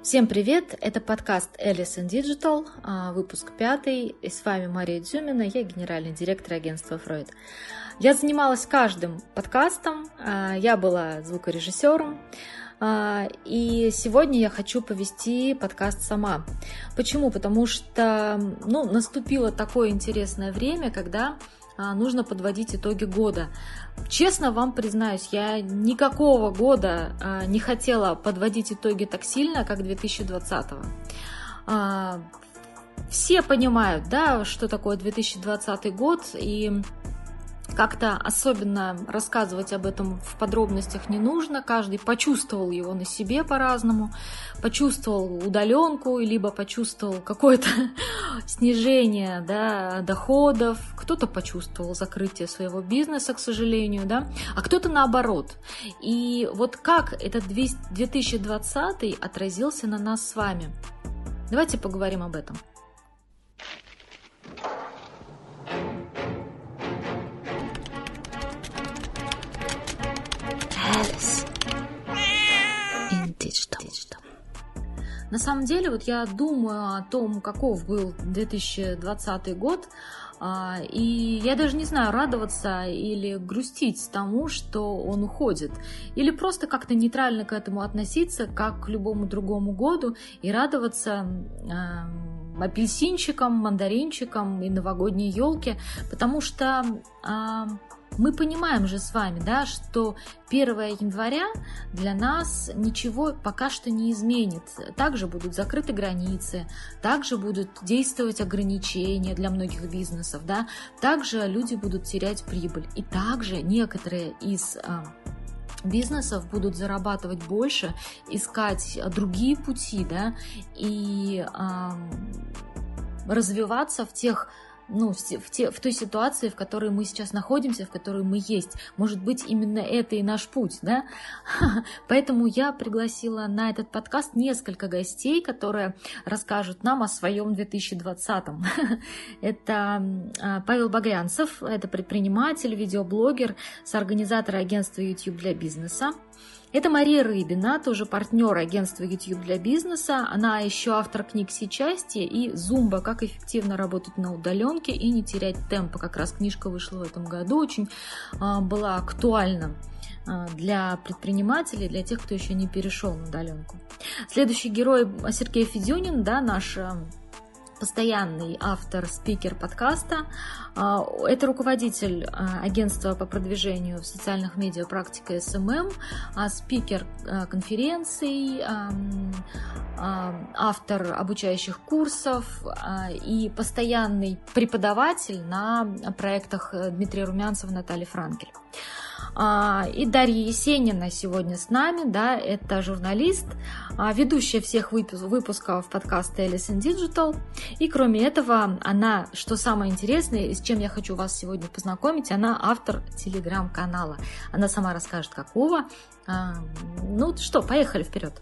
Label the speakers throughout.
Speaker 1: Всем привет! Это подкаст Alice in Digital, выпуск 5, и с вами Мария Дзюмина, я генеральный директор агентства Freud. Я занималась каждым подкастом, я была звукорежиссером, и сегодня я хочу повести подкаст сама. Почему? Потому что наступило такое интересное время, когда нужно подводить итоги года. Честно вам признаюсь, я никакого года не хотела подводить итоги так сильно, как 2020-го. Все понимают, да, что такое 2020 год, и как-то особенно рассказывать об этом в подробностях не нужно. Каждый почувствовал его на себе по-разному. Почувствовал удаленку, либо почувствовал какое-то снижение, да, доходов. Кто-то почувствовал закрытие своего бизнеса, к сожалению, да, а кто-то наоборот. И вот как этот 2020 отразился на нас с вами? Давайте поговорим об этом. Alice in Digital. На самом деле, вот я думаю о том, каков был 2020 год, и я даже не знаю, радоваться или грустить тому, что он уходит, или просто как-то нейтрально к этому относиться, как к любому другому году, и радоваться апельсинчикам, мандаринчикам и новогодней елке, потому что мы понимаем же с вами, да, что 1 января для нас ничего пока что не изменит. Также будут закрыты границы, также будут действовать ограничения для многих бизнесов, да, также люди будут терять прибыль, и также некоторые из бизнесов будут зарабатывать больше, искать другие пути, да, и развиваться в той ситуации, в которой мы сейчас находимся, в которой мы есть. Может быть, именно это и наш путь, да? Поэтому я пригласила на этот подкаст несколько гостей, которые расскажут нам о своем 2020-м. Это Павел Багрянцев, это предприниматель, видеоблогер, соорганизатор агентства YouTube для бизнеса. Это Мария Рыбина, тоже партнер агентства YouTube для бизнеса. Она еще автор книг «Сичасти» и «Зумба. Как эффективно работать на удаленке и не терять темпа». Как раз книжка вышла в этом году, очень была актуальна для предпринимателей, для тех, кто еще не перешел на удаленку. Следующий герой Сергей Федюнин, да, наш постоянный автор, спикер подкаста. Это руководитель агентства по продвижению в социальных медиа «Практика СММ», спикер конференций, автор обучающих курсов и постоянный преподаватель на проектах Дмитрия Румянцева, Натальи Франкель. И Дарья Есенина сегодня с нами, да, это журналист, ведущая всех выпусков подкаста Alice in Digital. И кроме этого, она, что самое интересное, и с чем я хочу вас сегодня познакомить, она автор телеграм-канала. Она сама расскажет, какого. Поехали вперед.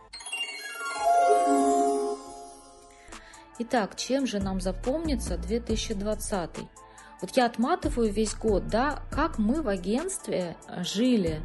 Speaker 1: Итак, чем же нам запомнится 2020? Вот я отматываю весь год, да, как мы в агентстве жили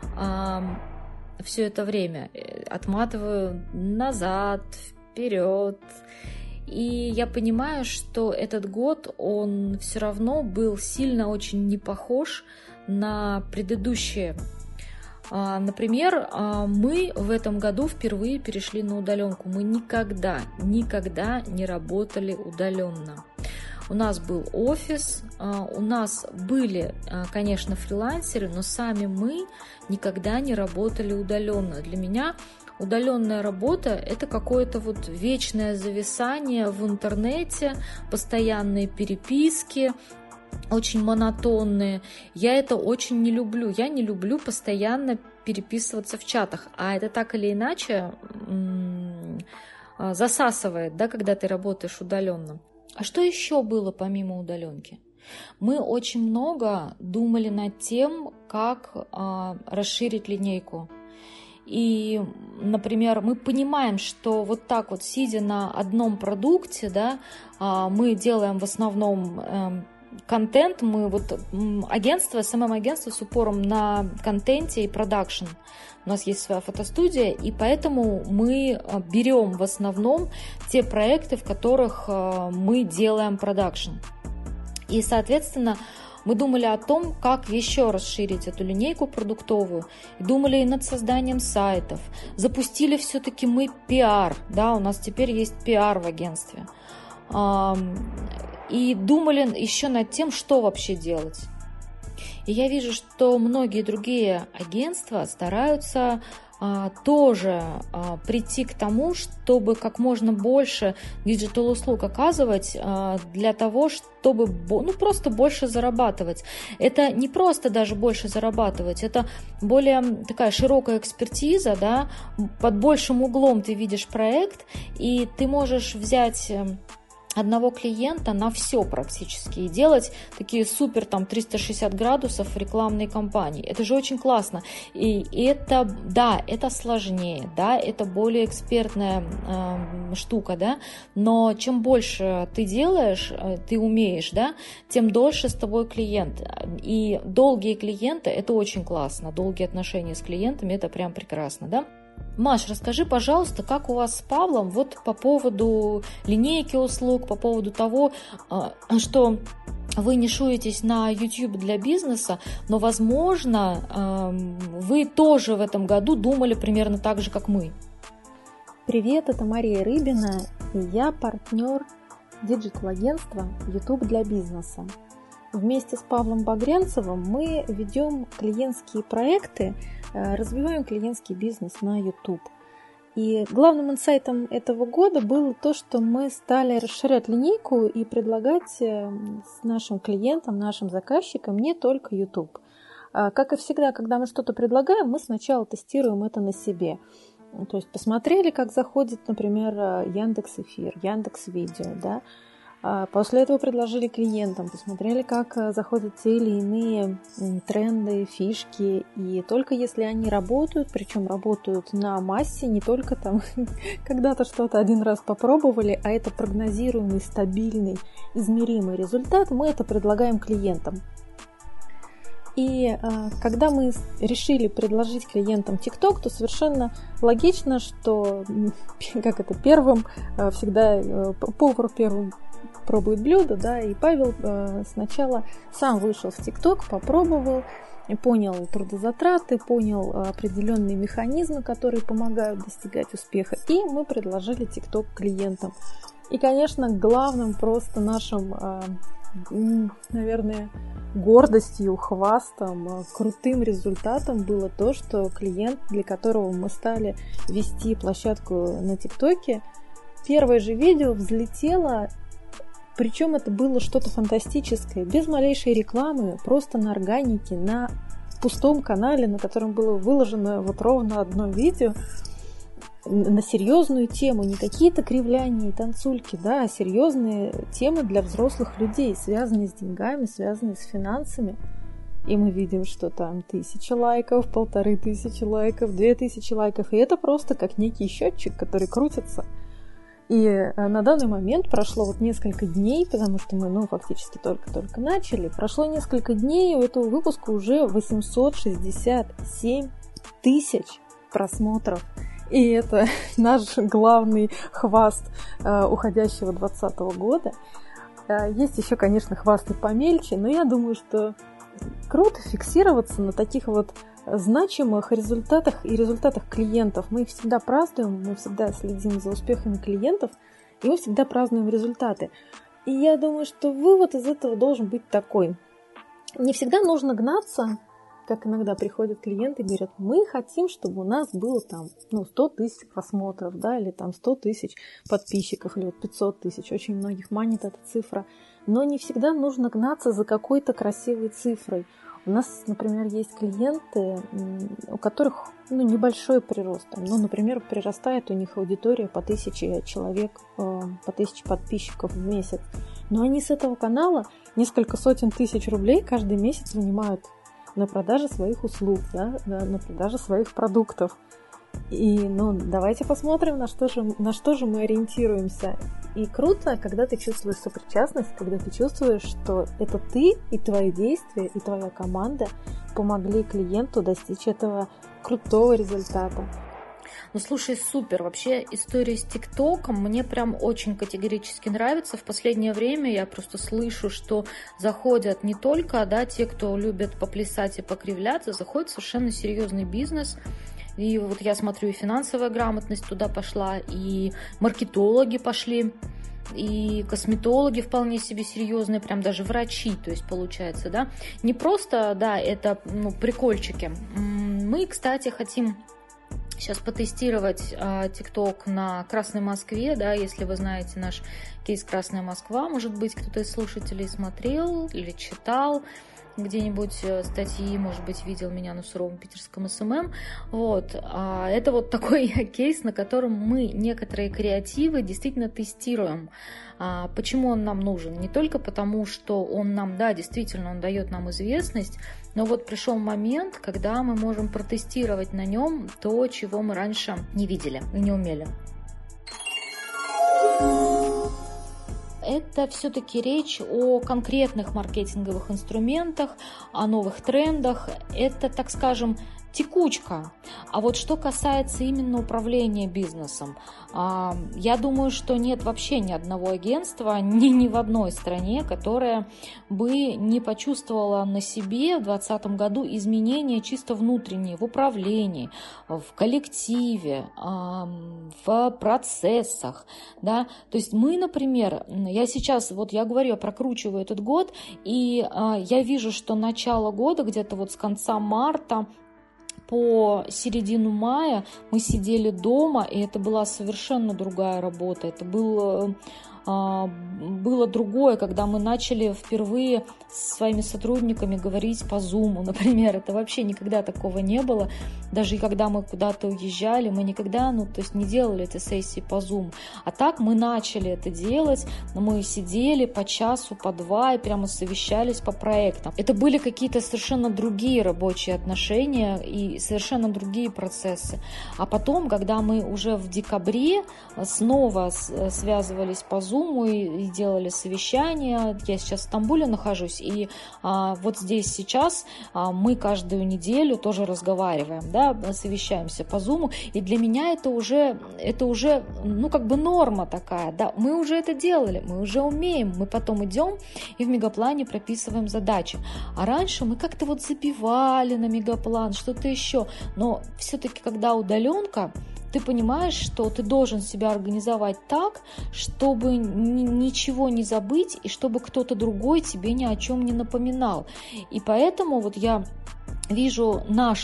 Speaker 1: все это время. Отматываю назад, вперед. И я понимаю, что этот год, он все равно был сильно очень не похож на предыдущие. Например, мы в этом году впервые перешли на удаленку. Мы никогда не работали удаленно. У нас был офис, у нас были, конечно, фрилансеры, но сами мы никогда не работали удаленно. Для меня удаленная работа – это какое-то вот вечное зависание в интернете, постоянные переписки, очень монотонные. Я это очень не люблю. Я не люблю постоянно переписываться в чатах, а это так или иначе засасывает, да, когда ты работаешь удаленно. А что еще было помимо удаленки? Мы очень много думали над тем, как расширить линейку. И, например, мы понимаем, что вот так вот, сидя на одном продукте, да, мы делаем в основном контент, мы вот агентство, СММ-агентство с упором на контенте и продакшн. У нас есть своя фотостудия, и поэтому мы берем в основном те проекты, в которых мы делаем продакшн. И, соответственно, мы думали о том, как еще расширить эту линейку продуктовую. Думали и над созданием сайтов. Запустили все-таки мы пиар. Да, у нас теперь есть пиар в агентстве. И думали еще над тем, что вообще делать. И я вижу, что многие другие агентства стараются тоже прийти к тому, чтобы как можно больше диджитал-услуг оказывать для того, чтобы просто больше зарабатывать. Это не просто даже больше зарабатывать, это более такая широкая экспертиза, да, под большим углом ты видишь проект, и ты можешь взять одного клиента на все практически и делать такие супер 360 градусов рекламной кампании. Это же очень классно. И это, да, это сложнее, да, это более экспертная штука, да, но чем больше ты делаешь, ты умеешь, да, тем дольше с тобой клиент. И долгие клиенты – это очень классно. Долгие отношения с клиентами – это прям прекрасно, да. Маш, расскажи, пожалуйста, как у вас с Павлом вот по поводу линейки услуг, по поводу того, что вы нишуетесь на YouTube для бизнеса, но, возможно, вы тоже в этом году думали примерно так же, как мы.
Speaker 2: Привет, это Мария Рыбина, и я партнер диджитал-агентства YouTube для бизнеса. Вместе с Павлом Багрянцевым мы ведем клиентские проекты, развиваем клиентский бизнес на YouTube. И главным инсайтом этого года было то, что мы стали расширять линейку и предлагать нашим клиентам, нашим заказчикам не только YouTube. Как и всегда, когда мы что-то предлагаем, мы сначала тестируем это на себе. То есть посмотрели, как заходит, например, Яндекс.Эфир, Яндекс.Видео, да. После этого предложили клиентам, посмотрели, как заходят те или иные тренды, фишки. И только если они работают, причем работают на массе, не только там когда-то что-то один раз попробовали, а это прогнозируемый, стабильный, измеримый результат, мы это предлагаем клиентам. И когда мы решили предложить клиентам TikTok, то совершенно логично, что первым всегда повар первым пробует блюдо, да, и Павел сначала сам вышел в TikTok, попробовал, понял трудозатраты, понял определенные механизмы, которые помогают достигать успеха, и мы предложили TikTok клиентам. И, конечно, главным просто нашим, наверное, гордостью, хвастом, крутым результатом было то, что клиент, для которого мы стали вести площадку на ТикТоке, первое же видео взлетело. Причем это было что-то фантастическое, без малейшей рекламы, просто на органике, на пустом канале, на котором было выложено вот ровно одно видео, на серьезную тему, не какие-то кривляния и танцульки, да, а серьезные темы для взрослых людей, связанные с деньгами, связанные с финансами. И мы видим, что там 1000 лайков, 1500 лайков, 2000 лайков, и это просто как некий счетчик, который крутится. И на данный момент прошло вот несколько дней, потому что мы, фактически только-только начали. Прошло несколько дней, у этого выпуска уже 867 тысяч просмотров. И это наш главный хваст уходящего 2020 года. Есть еще, конечно, хвасты помельче, но я думаю, что круто фиксироваться на таких вот значимых результатах и результатах клиентов. Мы их всегда празднуем, мы всегда следим за успехами клиентов, и мы всегда празднуем результаты. И я думаю, что вывод из этого должен быть такой. Не всегда нужно гнаться, как иногда приходят клиенты и говорят, мы хотим, чтобы у нас было там 100 тысяч просмотров, да, или там 100 тысяч подписчиков, или вот 500 тысяч. Очень многих манит эта цифра. Но не всегда нужно гнаться за какой-то красивой цифрой. У нас, например, есть клиенты, у которых небольшой прирост. Например, прирастает у них аудитория по 1000 человек, по 1000 подписчиков в месяц. Но они с этого канала несколько сотен тысяч рублей каждый месяц вынимают на продаже своих услуг, да, на продаже своих продуктов. И давайте посмотрим, на что же мы ориентируемся. И круто, когда ты чувствуешь сопричастность, когда ты чувствуешь, что это ты и твои действия, и твоя команда помогли клиенту достичь этого крутого результата.
Speaker 1: Ну, слушай, супер. Вообще история с ТикТоком мне прям очень категорически нравится. В последнее время я просто слышу, что заходят не только, да, те, кто любят поплясать и покривляться, заходит совершенно серьезный бизнес. И вот я смотрю, и финансовая грамотность туда пошла, и маркетологи пошли, и косметологи вполне себе серьезные, прям даже врачи, то есть получается, да. Не просто, да, это прикольчики. Мы, кстати, хотим сейчас потестировать ТикТок на Красной Москве, да, если вы знаете наш кейс Красная Москва, может быть, кто-то из слушателей смотрел или читал где-нибудь статьи, может быть, видел меня на суровом питерском СММ. Вот. Это вот такой кейс, на котором мы некоторые креативы действительно тестируем. Почему он нам нужен? Не только потому, что он нам, да, действительно, он дает нам известность, но вот пришел момент, когда мы можем протестировать на нем то, чего мы раньше не видели и не умели. Это все-таки речь о конкретных маркетинговых инструментах, о новых трендах. Это, так скажем, текучка. А вот что касается именно управления бизнесом, я думаю, что нет вообще ни одного агентства, ни в одной стране, которое бы не почувствовало на себе в 2020 году изменения чисто внутренние в управлении, в коллективе, в процессах. Да? То есть мы, например, я сейчас, вот я говорю, я прокручиваю этот год, и я вижу, что начало года, где-то вот с конца марта, по середину мая мы сидели дома, и это была совершенно другая работа. Это было другое, когда мы начали впервые со своими сотрудниками говорить по Zoom, например. Это вообще никогда такого не было. Даже когда мы куда-то уезжали, мы никогда, не делали эти сессии по Zoom. А так мы начали это делать, мы сидели по часу, по два и прямо совещались по проектам. Это были какие-то совершенно другие рабочие отношения и совершенно другие процессы. А потом, когда мы уже в декабре снова связывались по Zoom, и делали совещания. Я сейчас в Стамбуле нахожусь, и вот здесь сейчас мы каждую неделю тоже разговариваем, да, совещаемся по Zoom, и для меня это уже норма такая, да, мы уже это делали, мы уже умеем, мы потом идем и в мегаплане прописываем задачи. А раньше мы как-то вот забивали на мегаплан, что-то еще, но все-таки, когда удаленка, ты понимаешь, что ты должен себя организовать так, чтобы ничего не забыть и чтобы кто-то другой тебе ни о чем не напоминал. И поэтому вот я вижу наш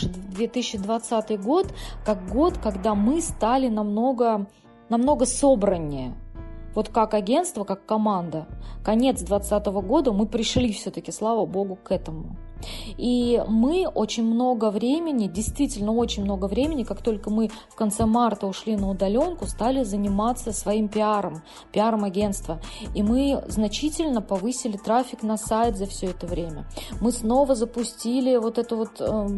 Speaker 1: 2020 год как год, когда мы стали намного собраннее. Вот как агентство, как команда. Конец 2020 года мы пришли все-таки, слава богу, к этому. И мы очень много времени, действительно очень много времени, как только мы в конце марта ушли на удаленку, стали заниматься своим пиаром агентства. И мы значительно повысили трафик на сайт за все это время. Мы снова запустили вот эту вот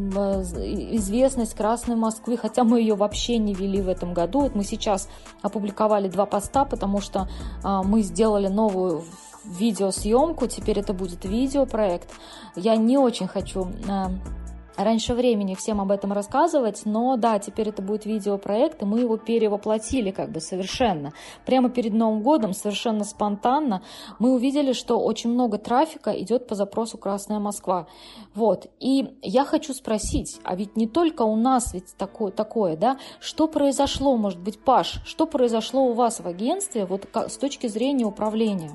Speaker 1: известность Красной Москвы, хотя мы ее вообще не вели в этом году. Вот мы сейчас опубликовали 2 поста, потому что мы сделали новую видеосъемку, теперь это будет видеопроект. Я не очень хочу раньше времени всем об этом рассказывать, но да, теперь это будет видеопроект, и мы его перевоплотили совершенно. Прямо перед Новым годом, совершенно спонтанно, мы увидели, что очень много трафика идет по запросу «Красная Москва». Вот, и я хочу спросить, а ведь не только у нас ведь такое, да, что произошло, может быть, Паш, что произошло у вас в агентстве вот с точки зрения управления?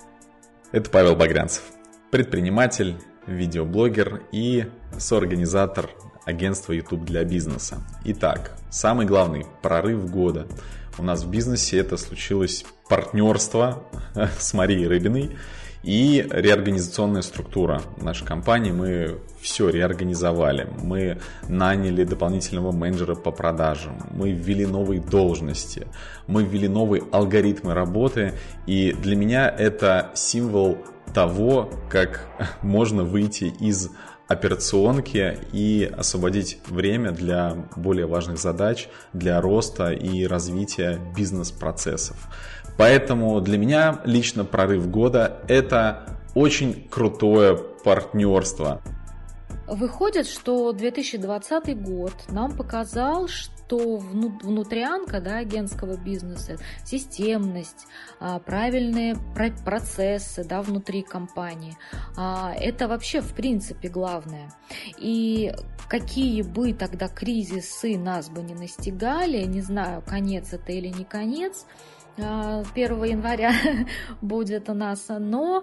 Speaker 3: Это Павел Багрянцев, предприниматель, видеоблогер и соорганизатор агентства YouTube для бизнеса. Итак, самый главный прорыв года у нас в бизнесе — это случилось партнерство с Марией Рыбиной и реорганизационная структура нашей компании. Мы все реорганизовали, мы наняли дополнительного менеджера по продажам, мы ввели новые должности, мы ввели новые алгоритмы работы, и для меня это символ того, как можно выйти из операционки и освободить время для более важных задач, для роста и развития бизнес-процессов. Поэтому для меня лично прорыв года – это очень крутое партнерство.
Speaker 1: Выходит, что 2020 год нам показал, что внутрянка, да, агентского бизнеса, системность, правильные процессы, да, внутри компании, это вообще в принципе главное. И какие бы тогда кризисы нас бы не настигали, не знаю, конец это или не конец, 1 января будет у нас, но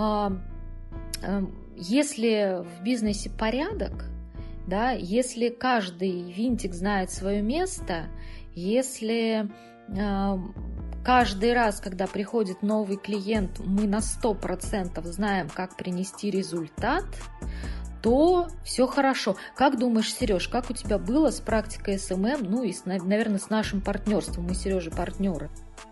Speaker 1: если в бизнесе порядок, да, если каждый винтик знает свое место, если каждый раз, когда приходит новый клиент, мы на 100% знаем, как принести результат, то все хорошо. Как думаешь, Сереж, как у тебя было с практикой СММ, ну и, наверное, с нашим партнерством? Мы, Сережа, партнеры.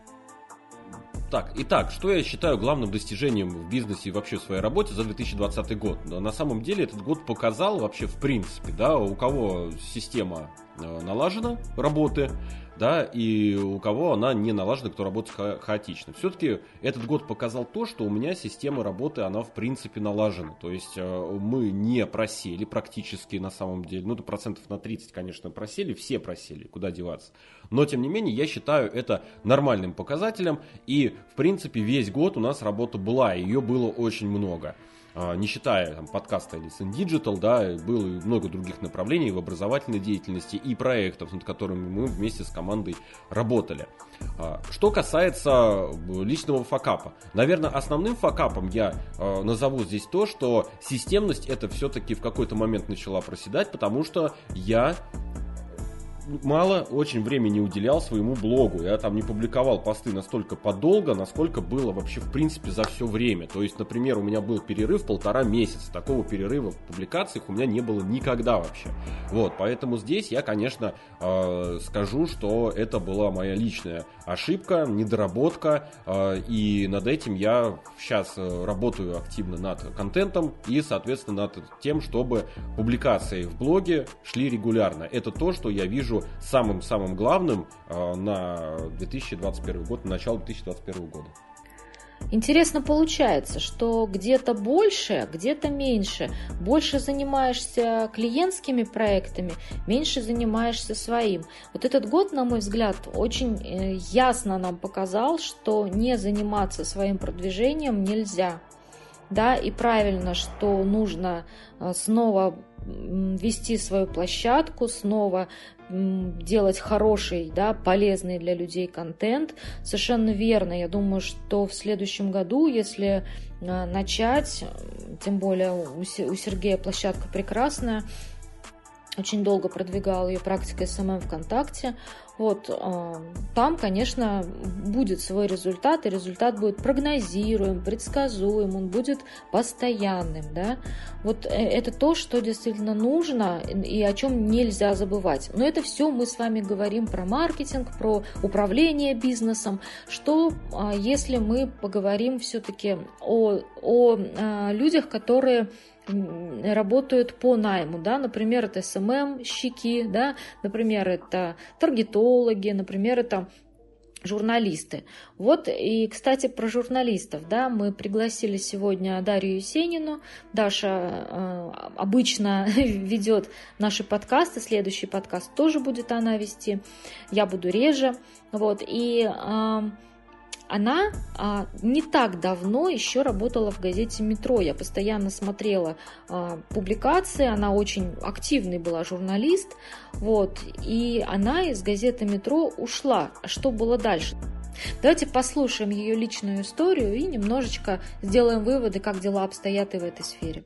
Speaker 4: Итак, что я считаю главным достижением в бизнесе и вообще в своей работе за 2020 год? На самом деле этот год показал вообще в принципе, да, у кого система налажена работы, да, и у кого она не налажена, кто работает хаотично. Все-таки этот год показал то, что у меня система работы, она в принципе налажена. То есть мы не просели практически на самом деле. Ну, процентов на 30, конечно, просели, все просели, куда деваться. Но, тем не менее, я считаю это нормальным показателем. И, в принципе, весь год у нас работа была, и ее было очень много. Не считая там, подкаста Listen Digital, да, было и много других направлений в образовательной деятельности и проектов, над которыми мы вместе с командой работали. Что касается личного факапа, наверное, основным факапом я назову здесь то, что системность это все-таки в какой-то момент начала проседать, потому что я мало очень времени уделял своему блогу. Я там не публиковал посты настолько подолго, насколько было вообще в принципе за все время. То есть, например, у меня был перерыв 1,5 месяца. Такого перерыва в публикациях у меня не было никогда вообще. Вот, поэтому здесь я, конечно, скажу, что это была моя личная ошибка, недоработка. И над этим я сейчас работаю активно над контентом и, соответственно, над тем, чтобы публикации в блоге шли регулярно. Это то, что я вижу самым-самым главным на 2021 год, на начало 2021 года.
Speaker 1: Интересно получается, что где-то больше, где-то меньше. Больше занимаешься клиентскими проектами, меньше занимаешься своим. Вот этот год, на мой взгляд, очень ясно нам показал, что не заниматься своим продвижением нельзя. Да, и правильно, что нужно снова вести свою площадку, снова делать хороший, да, полезный для людей контент. Совершенно верно. Я думаю, что в следующем году, если начать, тем более у Сергея площадка прекрасная, очень долго продвигал ее практика СММ ВКонтакте. Вот, там, конечно, будет свой результат, и результат будет прогнозируем, предсказуем, он будет постоянным, да. Вот это то, что действительно нужно и о чем нельзя забывать. Но это все мы с вами говорим про маркетинг, про управление бизнесом. Что, если мы поговорим все-таки о людях, которые работают по найму, да, например, это СММ-щики, да, например, это таргетологи, например, это журналисты. Вот, и, кстати, про журналистов, да, мы пригласили сегодня Дарью Есенину. Даша обычно ведет наши подкасты, следующий подкаст тоже будет она вести, я буду реже, вот, и она не так давно еще работала в газете «Метро». Я постоянно смотрела публикации, она очень активный была журналист, вот, и она из газеты «Метро» ушла. А что было дальше? Давайте послушаем ее личную историю и немножечко сделаем выводы, как дела обстоят и в этой сфере.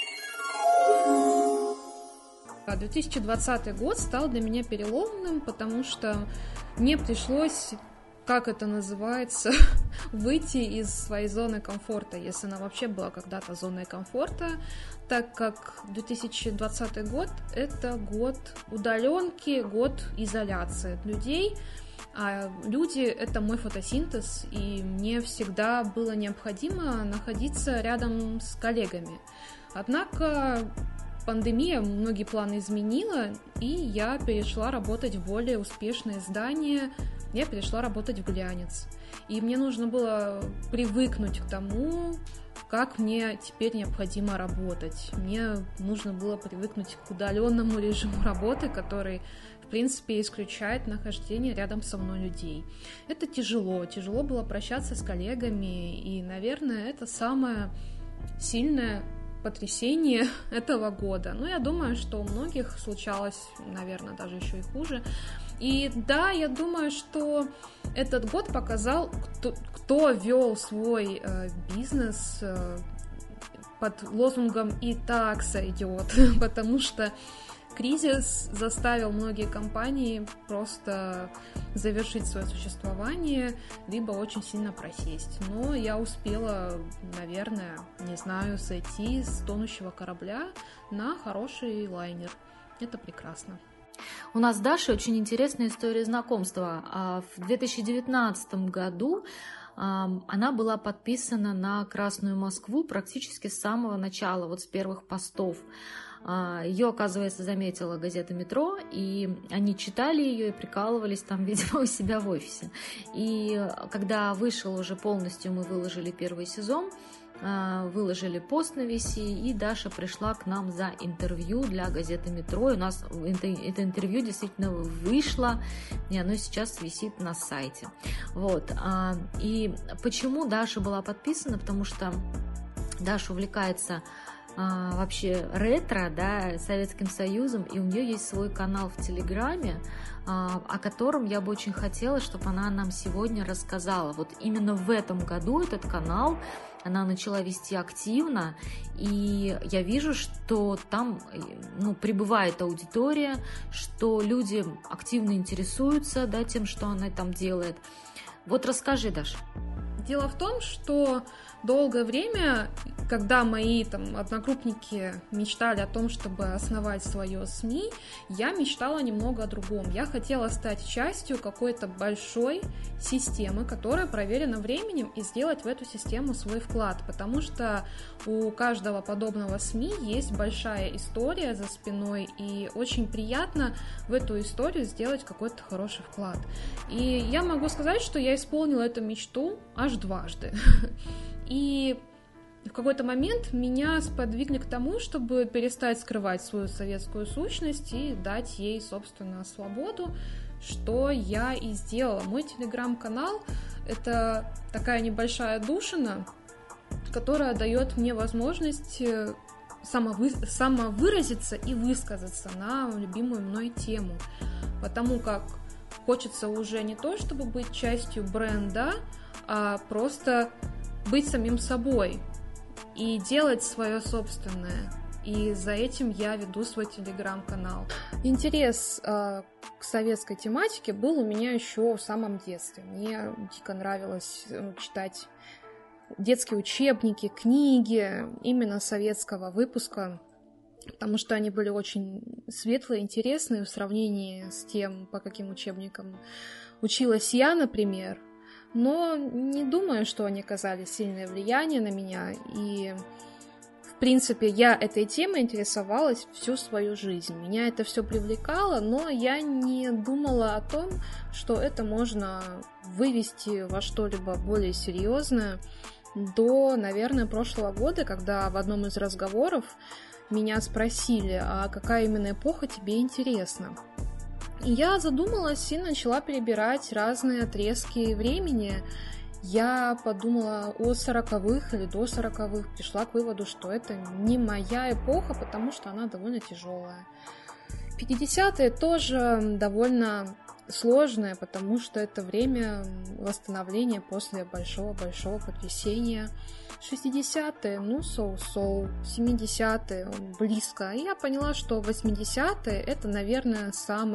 Speaker 5: 2020 год стал для меня переломным, потому что мне пришлось, как это называется, выйти из своей зоны комфорта, если она вообще была когда-то зоной комфорта, так как 2020 год – это год удаленки, год изоляции от людей, а люди – это мой фотосинтез, и мне всегда было необходимо находиться рядом с коллегами. Однако пандемия многие планы изменила, и я перешла работать в более успешное издание. Я перешла работать в «Глянец». И мне нужно было привыкнуть к тому, как мне теперь необходимо работать. Мне нужно было привыкнуть к удаленному режиму работы, который, в принципе, исключает нахождение рядом со мной людей. Это тяжело. Тяжело было прощаться с коллегами, и, наверное, это самое сильное потрясение этого года. Но я думаю, что у многих случалось, наверное, даже еще и хуже. И да, я думаю, что этот год показал, кто вел свой бизнес под лозунгом «И так сойдет», потому что кризис заставил многие компании просто завершить свое существование, либо очень сильно просесть. Но я успела, наверное, не знаю, сойти с тонущего корабля на хороший лайнер. Это прекрасно.
Speaker 1: У нас с Дашей очень интересная история знакомства. В 2019 году она была подписана на «Красную Москву» практически с самого начала, вот с первых постов. Ее, оказывается, заметила газета «Метро», и они читали ее и прикалывались там, видимо, у себя в офисе. И когда вышел уже полностью, мы выложили первый сезон, выложили пост на VC, и Даша пришла к нам за интервью для газеты «Метро». И у нас это интервью действительно вышло, и оно сейчас висит на сайте. Вот. И почему Даша была подписана? Потому что Даша увлекается вообще ретро, да, Советским Союзом, и у нее есть свой канал в Телеграме, о котором я бы очень хотела, чтобы она нам сегодня рассказала. Вот именно в этом году этот канал она начала вести активно, и я вижу, что там прибывает аудитория, что люди активно интересуются, да, тем, что она там делает. Вот расскажи, Даша.
Speaker 5: Дело в том, что долгое время, когда мои одногруппники мечтали о том, чтобы основать свое СМИ, я мечтала немного о другом. Я хотела стать частью какой-то большой системы, которая проверена временем, и сделать в эту систему свой вклад, потому что у каждого подобного СМИ есть большая история за спиной, и очень приятно в эту историю сделать какой-то хороший вклад. И я могу сказать, что я исполнила эту мечту аж дважды. И в какой-то момент меня сподвигли к тому, чтобы перестать скрывать свою советскую сущность и дать ей, собственно, свободу, что я и сделала. Мой телеграм-канал — это такая небольшая душина, которая дает мне возможность самовыразиться и высказаться на любимую мной тему. Потому как хочется уже не то, чтобы быть частью бренда, а просто быть самим собой и делать свое собственное. И за этим я веду свой телеграм-канал. Интерес к советской тематике был у меня еще в самом детстве. Мне дико нравилось читать детские учебники, книги именно советского выпуска, потому что они были очень светлые, интересные в сравнении с тем, по каким учебникам училась я, например. Но не думаю, что они оказали сильное влияние на меня, и, в принципе, я этой темой интересовалась всю свою жизнь. Меня это все привлекало, но я не думала о том, что это можно вывести во что-либо более серьезное до, наверное, прошлого года, когда в одном из разговоров меня спросили, а какая именно эпоха тебе интересна? И я задумалась и начала перебирать разные отрезки времени. Я подумала о 40-х или до 40-х, пришла к выводу, что это не моя эпоха, потому что она довольно тяжелая. 50-е тоже довольно сложное, потому что это время восстановления после большого-большого потрясения. 60-е, соу-соу, 70-е близко. И я поняла, что 80-е это, наверное,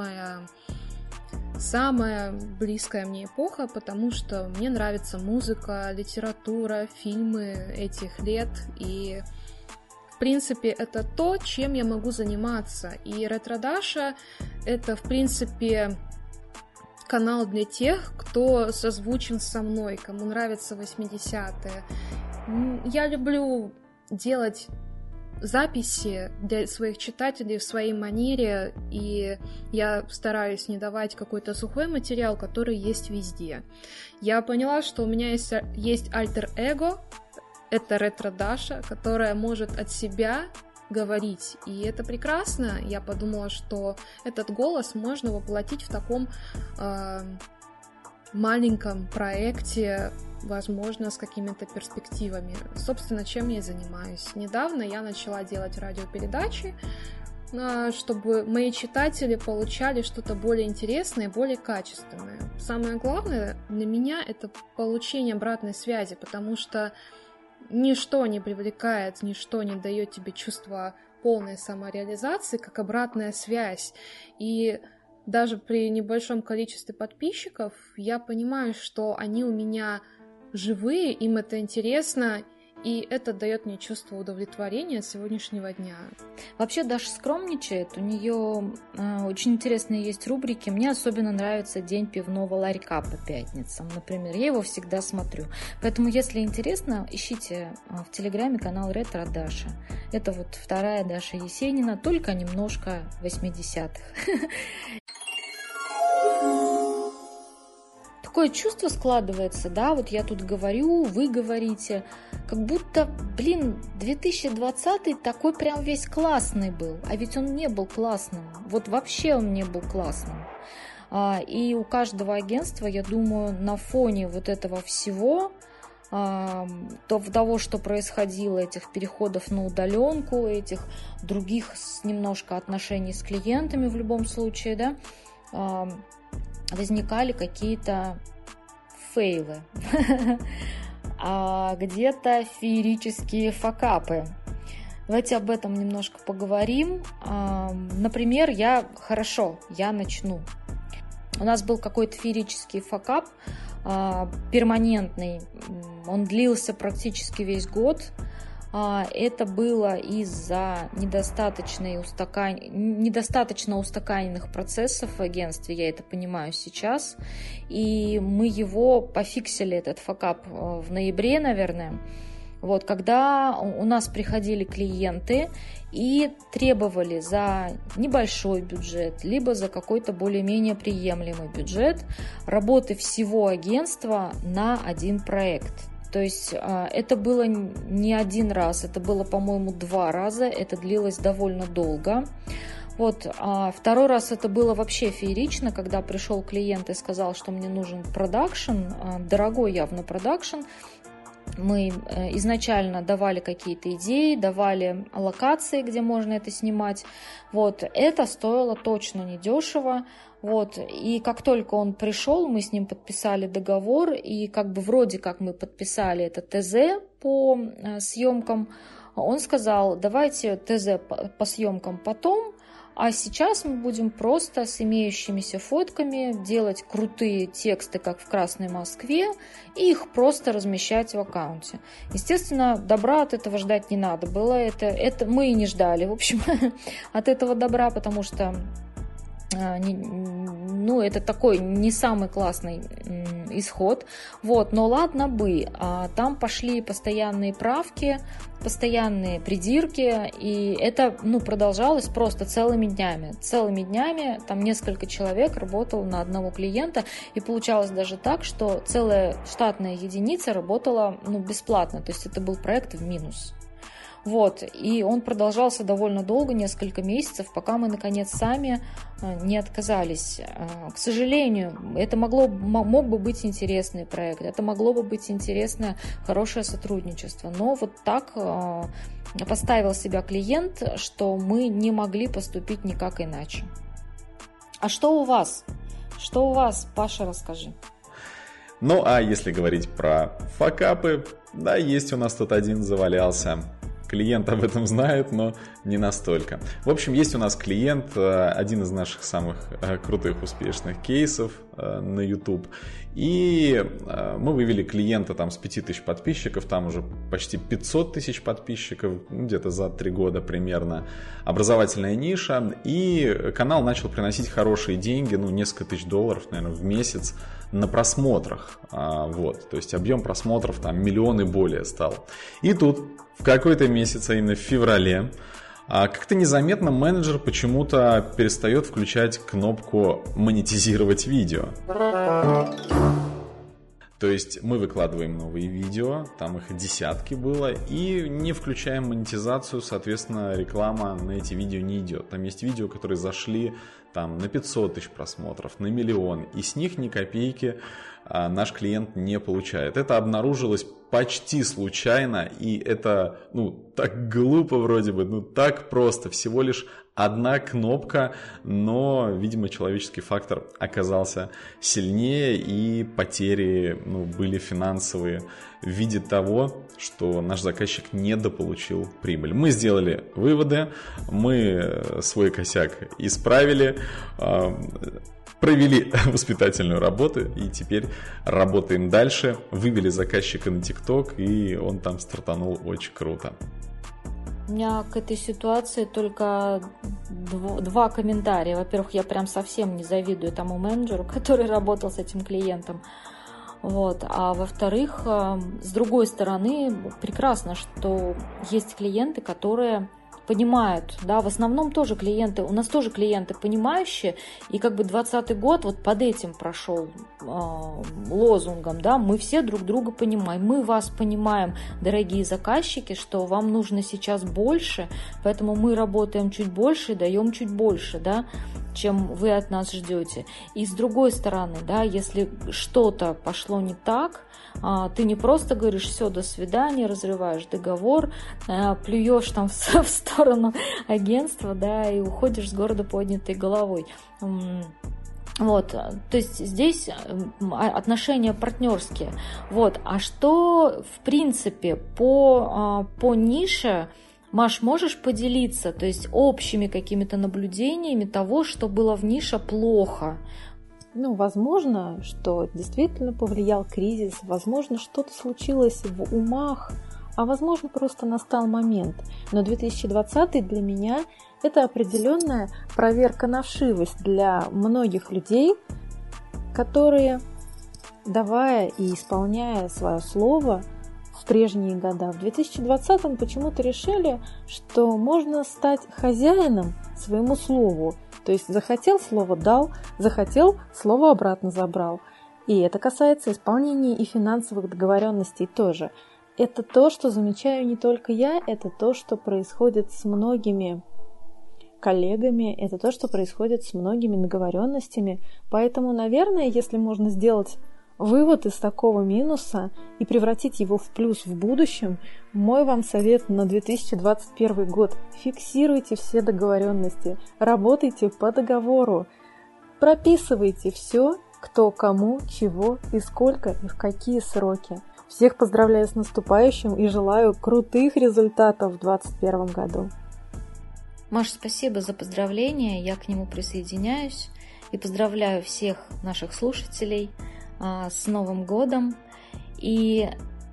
Speaker 5: самая близкая мне эпоха, потому что мне нравится музыка, литература, фильмы этих лет, и в принципе это то, чем я могу заниматься. И Ретро-Даша это, в принципе, канал для тех, кто созвучен со мной, кому нравятся 80-е. Я люблю делать записи для своих читателей в своей манере, и я стараюсь не давать какой-то сухой материал, который есть везде. Я поняла, что у меня есть альтер-эго, это ретро-Даша, которая может от себя говорить, и это прекрасно. Я подумала, что этот голос можно воплотить в таком маленьком проекте, возможно, с какими-то перспективами. Собственно, чем я занимаюсь. Недавно я начала делать радиопередачи, чтобы мои читатели получали что-то более интересное и более качественное. Самое главное для меня — это получение обратной связи, потому что ничто не привлекает, ничто не дает тебе чувство полной самореализации, как обратная связь. И даже при небольшом количестве подписчиков я понимаю, что они у меня живые, им это интересно, и это дает мне чувство удовлетворения сегодняшнего дня.
Speaker 1: Вообще Даша скромничает, у нее очень интересные есть рубрики. Мне особенно нравится День пивного ларька по пятницам, например. Я его всегда смотрю. Поэтому, если интересно, ищите в Телеграме канал Ретро Даша. Это вот вторая Даша Есенина, только немножко 80-х. Такое чувство складывается, да, вот я тут говорю, вы говорите, как будто, 2020 такой прям весь классный был, а ведь он не был классным, вот вообще он не был классным. И у каждого агентства, я думаю, на фоне вот этого всего, того, что происходило, этих переходов на удаленку, этих других немножко отношений с клиентами в любом случае, да, возникали какие-то фейлы, где-то феерические факапы. Давайте об этом немножко поговорим. Например, я начну. У нас был какой-то феерический факап, перманентный. Он длился практически весь год. Это было из-за недостаточно устаканенных процессов в агентстве, я это понимаю сейчас. И мы его пофиксили, этот факап, в ноябре, наверное. Вот, когда у нас приходили клиенты и требовали за небольшой бюджет, либо за какой-то более-менее приемлемый бюджет работы всего агентства на один проект. То есть это было не один раз, это было, по-моему, 2 раза, это длилось довольно долго. Вот, второй раз это было вообще феерично, когда пришел клиент и сказал, что мне нужен продакшн, дорогой явно продакшн. Мы изначально давали какие-то идеи, давали локации, где можно это снимать. Вот, это стоило точно недешево. Вот, и как только он пришел, мы с ним подписали договор, и как бы вроде как мы подписали это ТЗ по съемкам, он сказал, давайте ТЗ по съемкам потом, а сейчас мы будем просто с имеющимися фотками делать крутые тексты, как в «Красной Москве», и их просто размещать в аккаунте. Естественно, добра от этого ждать не надо было, это мы и не ждали, в общем, от этого добра, потому что это такой не самый классный исход. Вот, но ладно бы. Там пошли постоянные правки, постоянные придирки, и это продолжалось просто целыми днями. Целыми днями там несколько человек работало на одного клиента, и получалось даже так, что целая штатная единица работала бесплатно, то есть это был проект в минус. Вот, и он продолжался довольно долго, несколько месяцев, пока мы, наконец, сами не отказались. К сожалению, это мог бы быть интересный проект, это могло бы быть интересное, хорошее сотрудничество, но вот так поставил себя клиент, что мы не могли поступить никак иначе. А что у вас? Что у вас, Паша, расскажи.
Speaker 3: Ну, а если говорить про факапы, да, есть у нас тут один завалялся. Клиент об этом знает, но не настолько. В общем, есть у нас клиент, один из наших самых крутых, успешных кейсов на YouTube. И мы вывели клиента там с 5000 подписчиков, там уже почти 500 тысяч подписчиков, где-то за 3 года примерно. Образовательная ниша. И канал начал приносить хорошие деньги, несколько тысяч долларов, наверное, в месяц. на просмотрах. Вот, то есть объем просмотров там 1 миллион и более стал. И тут в какой-то месяц, а именно в феврале, как-то незаметно менеджер почему-то перестает включать кнопку «Монетизировать видео». То есть мы выкладываем новые видео, там их десятки было, и не включаем монетизацию, соответственно, реклама на эти видео не идет. Там есть видео, которые зашли там, на 500 тысяч просмотров, на 1 миллион, и с них ни копейки наш клиент не получает. Это обнаружилось почти случайно, и это, так глупо вроде бы, так просто, всего лишь одна кнопка, но, видимо, человеческий фактор оказался сильнее, и потери, были финансовые в виде того, что наш заказчик недополучил прибыль. Мы сделали выводы, мы свой косяк исправили, провели воспитательную работу, и теперь работаем дальше. Вывели заказчика на ТикТок, и он там стартанул очень круто.
Speaker 1: У меня к этой ситуации только два комментария. Во-первых, я прям совсем не завидую тому менеджеру, который работал с этим клиентом. Вот. А во-вторых, с другой стороны, прекрасно, что есть клиенты, которые понимают, да, в основном тоже клиенты, у нас тоже клиенты понимающие, и 2020 год вот под этим прошел лозунгом, да, мы все друг друга понимаем, мы вас понимаем, дорогие заказчики, что вам нужно сейчас больше, поэтому мы работаем чуть больше, даем чуть больше, да, чем вы от нас ждете. И с другой стороны, да, если что-то пошло не так, ты не просто говоришь «все, до свидания», разрываешь договор, плюешь там в сторону агентства, да, и уходишь с гордо поднятой головой. Вот, то есть здесь отношения партнерские. Вот, а что, в принципе, по нише, Маш, можешь поделиться, то есть общими какими-то наблюдениями того, что было в нише плохо?
Speaker 2: Возможно, что действительно повлиял кризис, возможно, что-то случилось в умах, а возможно, просто настал момент. Но 2020 для меня – это определенная проверка на вшивость для многих людей, которые, давая и исполняя свое слово в прежние года, в 2020 почему-то решили, что можно стать хозяином своему слову. То есть захотел – слово дал, захотел – слово обратно забрал. И это касается исполнения и финансовых договоренностей тоже. Это то, что замечаю не только я, это то, что происходит с многими коллегами, это то, что происходит с многими договоренностями. Поэтому, наверное, если можно сделать вывод из такого минуса и превратить его в плюс в будущем, мой вам совет на 2021 год. Фиксируйте все договоренности, работайте по договору, прописывайте все, кто кому, чего и сколько и в какие сроки. Всех поздравляю с наступающим и желаю крутых результатов в 2021 году.
Speaker 1: Маша, спасибо за поздравления, я к нему присоединяюсь и поздравляю всех наших слушателей с Новым годом. И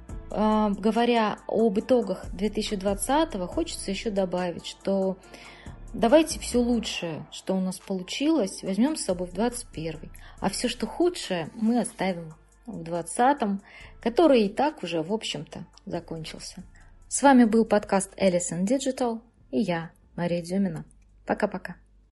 Speaker 1: говоря об итогах 2020-го, хочется еще добавить, что давайте все лучшее, что у нас получилось, возьмем с собой в 2021, а все, что худшее, мы оставим в 2020, который и так уже, в общем-то, закончился. С вами был подкаст Allison Digital и я, Мария Дюмина. Пока-пока.